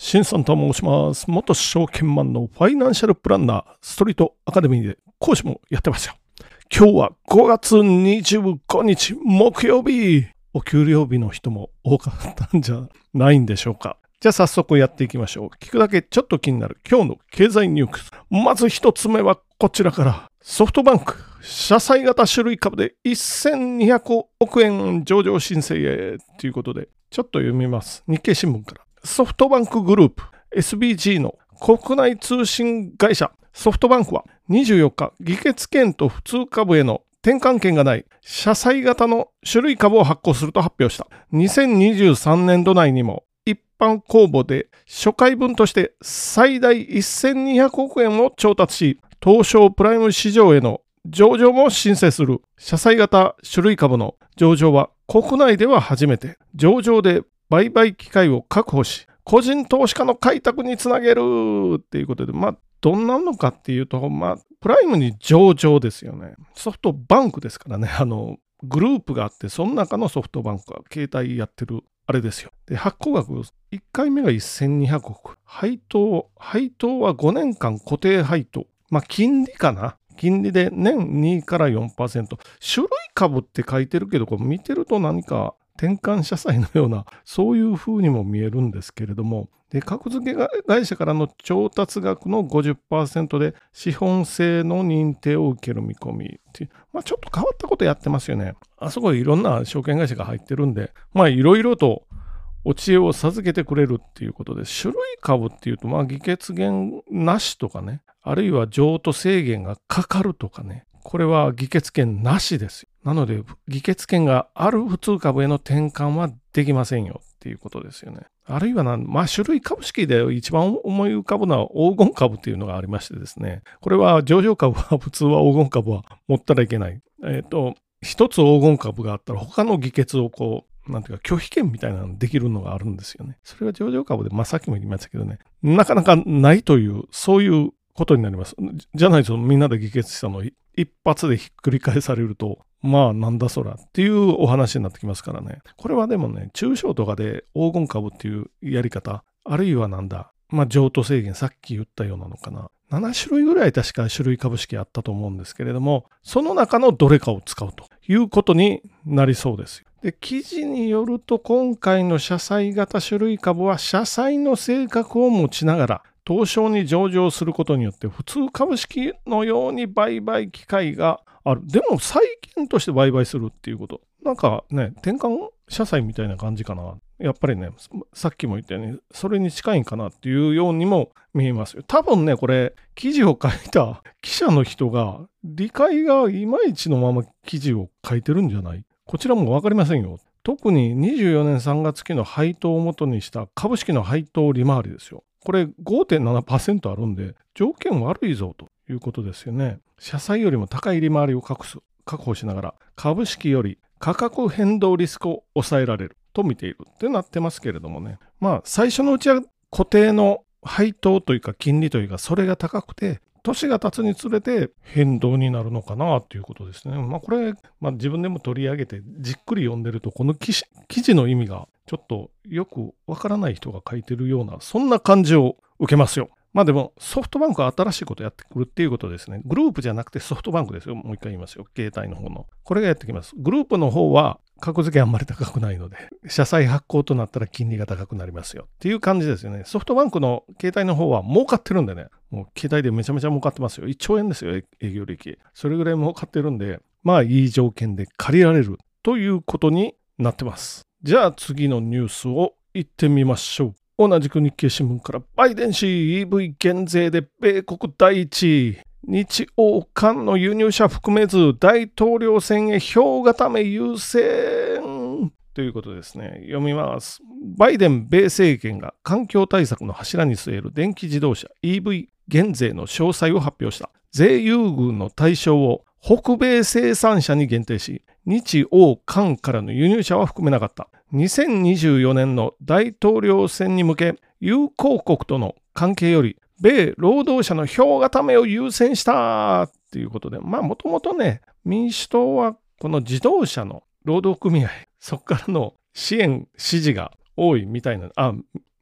シンさんと申します。元証券マンのファイナンシャルプランナー、ストリートアカデミーで講師もやってますよ。今日は5月25日木曜日。お給料日の人も多かったんじゃないんでしょうか。じゃあ早速やっていきましょう。聞くだけちょっと気になる今日の経済ニュース。まず一つ目はこちらから。ソフトバンク、社債型種類株で1200億円上場申請へということで、ちょっと読みます。日経新聞から。ソフトバンクグループ SBG の国内通信会社ソフトバンクは24日、議決権と普通株への転換権がない社債型の種類株を発行すると発表した。2023年度内にも一般公募で初回分として最大1200億円を調達し、東証プライム市場への上場も申請する。社債型種類株の上場は国内では初めて、上場で売買機会を確保し、個人投資家の開拓につなげるっていうことで、どんなのかっていうと、プライムに上場ですよね。ソフトバンクですからね、グループがあって、その中のソフトバンクが携帯やってるあれですよ。で、発行額、1回目が1200億。配当は5年間固定配当。金利かな。金利で年2から4%。種類株って書いてるけど、これ見てると何か転換社債のような、そういう風にも見えるんですけれども、で、格付け会社からの調達額の 50% で資本性の認定を受ける見込みっていう、ちょっと変わったことやってますよね。あそこいろんな証券会社が入ってるんで、いろいろとお知恵を授けてくれるっていうことで、種類株っていうと、議決権なしとかね、あるいは譲渡制限がかかるとかね、これは議決権なしですよ。なので、議決権がある普通株への転換はできませんよっていうことですよね。あるいは種類株式で一番思い浮かぶのは黄金株っていうのがありましてですね、これは上場株は普通は黄金株は持ったらいけない。一つ黄金株があったら他の議決を拒否権みたいなのできるのがあるんですよね。それは上場株で、さっきも言いましたけどね、なかなかないという、そういうことになります。じゃないとみんなで議決したの一発でひっくり返されると、なんだそらっていうお話になってきますからね。これはでもね、中小とかで黄金株っていうやり方、あるいは譲渡制限、さっき言ったようなのかな。7種類ぐらい確か種類株式あったと思うんですけれども、その中のどれかを使うということになりそうです。で、記事によると今回の社債型種類株は社債の性格を持ちながら、東証に上場することによって普通株式のように売買機会がある。でも債券として売買するっていうこと。転換社債みたいな感じかな。やっぱりね、さっきも言ったように、それに近いんかなっていうようにも見えますよ。多分ね、これ、記事を書いた記者の人が、理解がいまいちのまま記事を書いてるんじゃない？こちらもわかりませんよ。特に24年3月期の配当をもとにした株式の配当利回りですよ。これ 5.7% あるんで、条件悪いぞということですよね。社債よりも高い利回りを確保しながら、株式より価格変動リスクを抑えられると見ているってなってますけれどもね。最初のうちは固定の配当というか金利というか、それが高くて、年が経つにつれて変動になるのかなということですね。これ、自分でも取り上げてじっくり読んでると、この記事の意味がちょっとよくわからない人が書いてるような、そんな感じを受けますよ。でもソフトバンクは新しいことやってくるっていうことですね。グループじゃなくてソフトバンクですよ。もう一回言いますよ。携帯の方の。これがやってきます。グループの方は格付けあんまり高くないので、社債発行となったら金利が高くなりますよっていう感じですよね。ソフトバンクの携帯の方は儲かってるんでね、もう携帯でめちゃめちゃ儲かってますよ。1兆円ですよ、営業利益。それぐらい儲かってるんで、いい条件で借りられるということになってます。じゃあ次のニュースを行ってみましょう。同じく日経新聞から、バイデン氏 EV 減税で米国第一。日欧韓の輸入車含めず大統領選へ票固め優先ということですね。読みます。バイデン米政権が環境対策の柱に据える電気自動車 EV 減税の詳細を発表した。税優遇の対象を北米生産者に限定し、日欧韓からの輸入車は含めなかった。2024年の大統領選に向け、友好国との関係より、米労働者の票固めを優先したということで、もともとね、民主党はこの自動車の労働組合、そこからの支持が多いみたいな、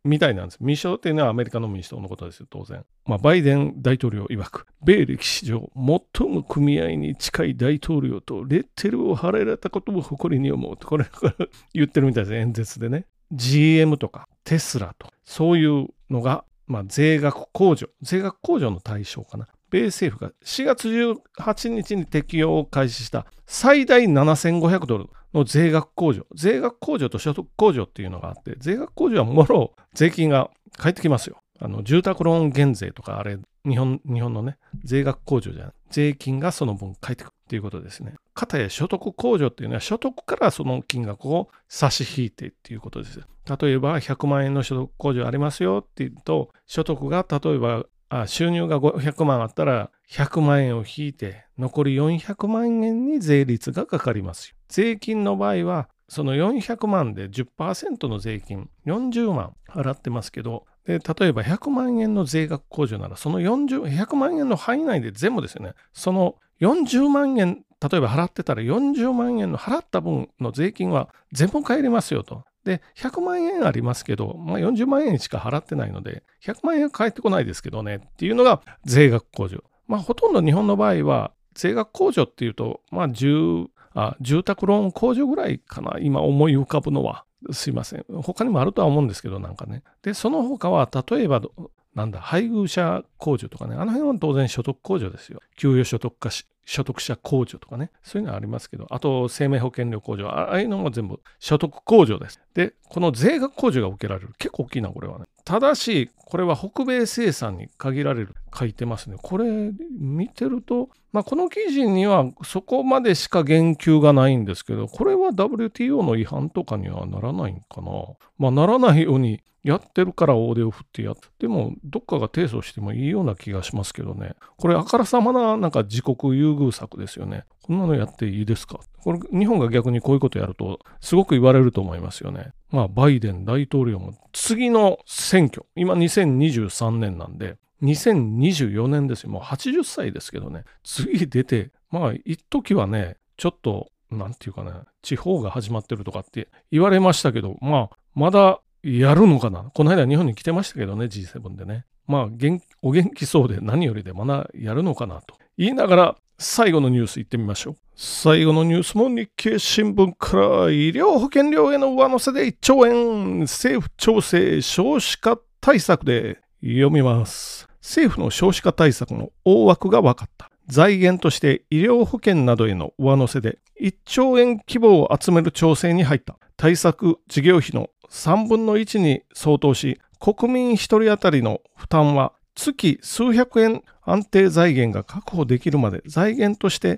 みたいなんです。民主党っていうのはアメリカの民主党のことですよ、当然。バイデン大統領曰く、米歴史上最も組合に近い大統領とレッテルを貼られたことを誇りに思うと、これ言ってるみたいです、演説でね。GM とかテスラと、そういうのが、税額控除の対象かな。米政府が4月18日に適用を開始した最大$7500の税額控除と所得控除っていうのがあって、税額控除はもろ税金が返ってきますよ。住宅ローン減税とか、あれ、日本のね、税額控除じゃない。税金がその分返ってくるっていうことですね。かたや所得控除っていうのは所得からその金額を差し引いてっていうことです。例えば100万円の所得控除ありますよって言うと、所得が例えば収入が500万あったら100万円を引いて残り400万円に税率がかかりますよ。税金の場合はその400万で 10% の税金40万払ってますけど、で例えば100万円の税額控除ならその100万円の範囲内で全部ですよね。その40万円例えば払ってたら40万円の払った分の税金は全部返りますよと。で、100万円ありますけど、40万円しか払ってないので、100万円は返ってこないですけどねっていうのが税額控除。ほとんど日本の場合は、税額控除っていうと、住宅ローン控除ぐらいかな、今思い浮かぶのは。すいません。他にもあるとは思うんですけど、なんかね。で、その他は、例えば、配偶者控除とかね、あの辺は当然所得控除ですよ。給与所得者控除とかね、そういうのはありますけど、あと生命保険料控除、ああいうのも全部所得控除です。で、この税額控除が受けられる。結構大きいな、これはね。ただし、これは北米生産に限られる。書いてますね。これ見てると、この記事にはそこまでしか言及がないんですけど、これは WTO の違反とかにはならないんかな。ならないようにやってるから大手を振ってやっても、どっかが提訴してもいいような気がしますけどね。これあからさまな自国優遇策ですよね。こんなのやっていいですか？これ日本が逆にこういうことやるとすごく言われると思いますよね。バイデン大統領も次の選挙、今2023年なんで、2024年ですよ。もう80歳ですけどね。次出て、一時はね、ちょっと、なんていうかね、地方が始まってるとかって言われましたけど、まだやるのかな。この間日本に来てましたけどね、G7 でね。お元気そうで何よりでまだやるのかなと言いながら、最後のニュース行ってみましょう。最後のニュースも日経新聞から、医療保険料への上乗せで1兆円、政府調整少子化対策で読みます。政府の少子化対策の大枠が分かった。財源として医療保険などへの上乗せで1兆円規模を集める調整に入った。対策事業費の3分の1に相当し、国民1人当たりの負担は月数百円安定財源が確保できるまで財源として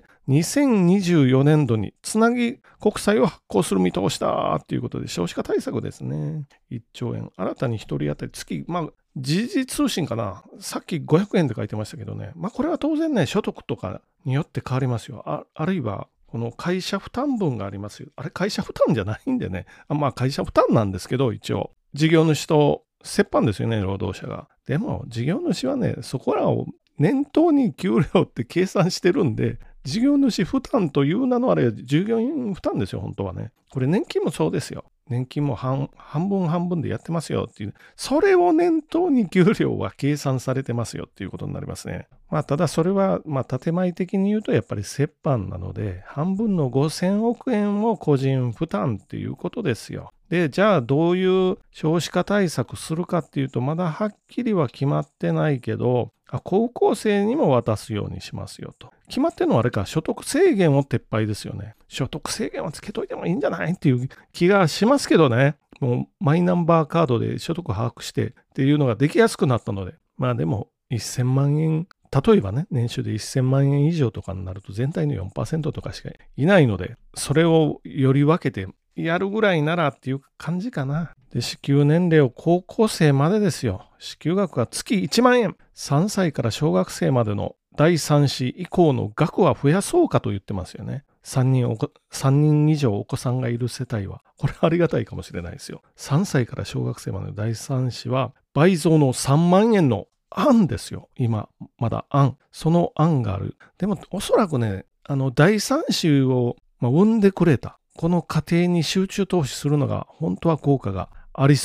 2024年度につなぎ国債を発行する見通しだということで、少子化対策ですね。1兆円。新たに1人当たり月、時事通信かな。さっき500円って書いてましたけどね。これは当然ね、所得とかによって変わりますよ。あるいは、この会社負担分がありますよ。あれ、会社負担じゃないんでね。会社負担なんですけど、一応。事業主と折半ですよね、労働者が。でも、事業主はね、そこらを念頭に給料って計算してるんで、事業主負担という名のあれ、従業員負担ですよ、本当はね。これ、年金もそうですよ。年金も半分でやってますよっていう、それを念頭に給料は計算されてますよっていうことになりますね。ただそれは、建前的に言うとやっぱり折半なので、半分の5000億円を個人負担っていうことですよ。で、じゃあどういう少子化対策するかっていうと、まだはっきりは決まってないけど、高校生にも渡すようにしますよと。決まってるのはあれか、所得制限を撤廃ですよね。所得制限はつけといてもいいんじゃないっていう気がしますけどね。もうマイナンバーカードで所得把握してっていうのができやすくなったので。でも1000万円、例えばね、年収で1000万円以上とかになると全体の 4% とかしかいないので、それをより分けてやるぐらいならっていう感じかな。で、支給年齢を高校生までですよ。支給額は月1万円。3歳から小学生までの第3子以降の額は増やそうかと言ってますよね。3人以上お子さんがいる世帯は、これありがたいかもしれないですよ。3歳から小学生までの第3子は倍増の3万円の案ですよ。今、まだ案。その案がある。でも、おそらくね、第3子を産んでくれた。この家庭に集中投資するのが本当は効果がありそうな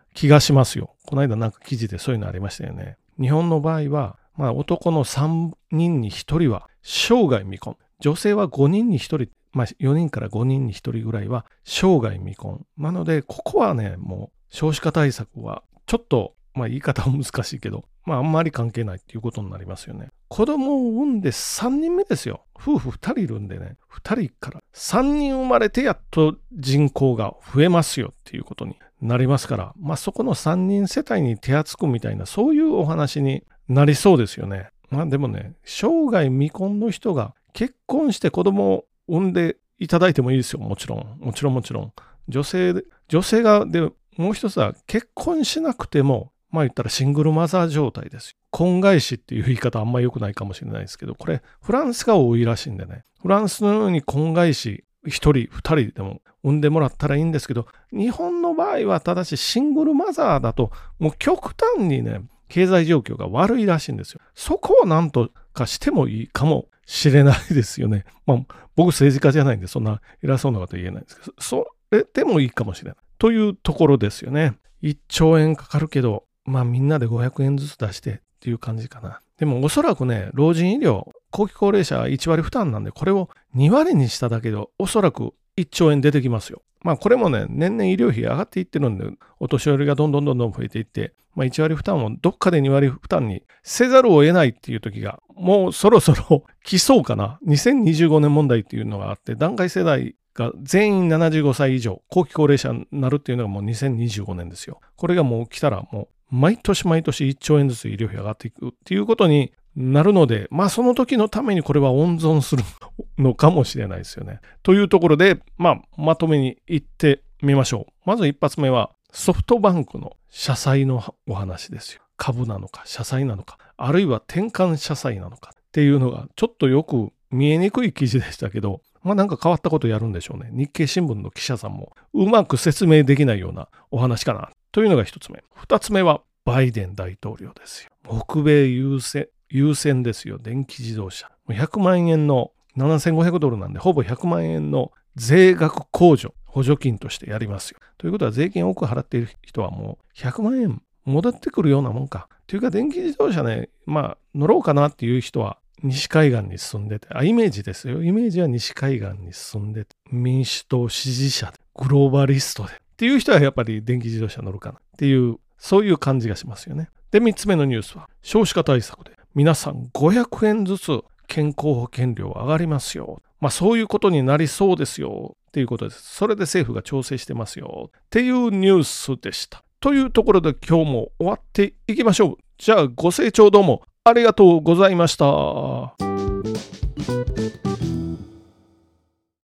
気がしますよ。この間なんか記事でそういうのありましたよね。日本の場合は、男の3人に1人は生涯未婚。女性は5人に1人、4人から5人に1人ぐらいは生涯未婚。なので、ここはね、もう少子化対策はちょっと、言い方は難しいけど、あんまり関係ないっていうことになりますよね。子供を産んで3人目ですよ。夫婦2人いるんでね、2人から3人生まれてやっと人口が増えますよっていうことになりますから、そこの3人世帯に手厚くみたいな、そういうお話になりそうですよね。でもね、生涯未婚の人が結婚して子供を産んでいただいてもいいですよ。もちろん。女性が、で、もう一つは結婚しなくても、言ったらシングルマザー状態ですよ。婚外子っていう言い方あんま良くないかもしれないですけど、これフランスが多いらしいんでね。フランスのように婚外子1人、2人でも産んでもらったらいいんですけど、日本の場合はただしシングルマザーだと、もう極端にね、経済状況が悪いらしいんですよ。そこをなんとかしてもいいかもしれないですよね。僕政治家じゃないんでそんな偉そうなこと言えないんですけど、それでもいいかもしれない。というところですよね。1兆円かかるけど、みんなで500円ずつ出してっていう感じかな。でもおそらくね、老人医療、後期高齢者1割負担なんで、これを2割にしただけでおそらく1兆円出てきますよ。これもね、年々医療費上がっていってるんで、お年寄りがどんどん増えていって、1割負担をどっかで2割負担にせざるを得ないっていう時が、もうそろそろ来そうかな。2025年問題っていうのがあって、団塊世代が全員75歳以上、後期高齢者になるっていうのがもう2025年ですよ。これがもう来たらもう毎年1兆円ずつ医療費上がっていくっていうことになるので、その時のためにこれは温存するのかもしれないですよね。というところで、まとめに行ってみましょう。まず一発目はソフトバンクの社債のお話ですよ。株なのか社債なのか、あるいは転換社債なのかっていうのがちょっとよく見えにくい記事でしたけど、なんか変わったことやるんでしょうね。日経新聞の記者さんもうまく説明できないようなお話かなというのが一つ目。二つ目はバイデン大統領ですよ。北米優先ですよ。電気自動車。100万円の$7500なんで、ほぼ100万円の税額控除、補助金としてやりますよ。ということは税金を多く払っている人はもう100万円戻ってくるようなもんか。というか電気自動車ね、乗ろうかなっていう人は西海岸に住んでて、イメージですよ。イメージは西海岸に住んでて、民主党支持者で、グローバリストでっていう人はやっぱり電気自動車乗るかなっていう、そういう感じがしますよね。で、3つ目のニュースは少子化対策で皆さん500円ずつ健康保険料上がりますよ。そういうことになりそうですよっていうことです。それで政府が調整してますよっていうニュースでした。というところで今日も終わっていきましょう。じゃあご清聴どうもありがとうございました。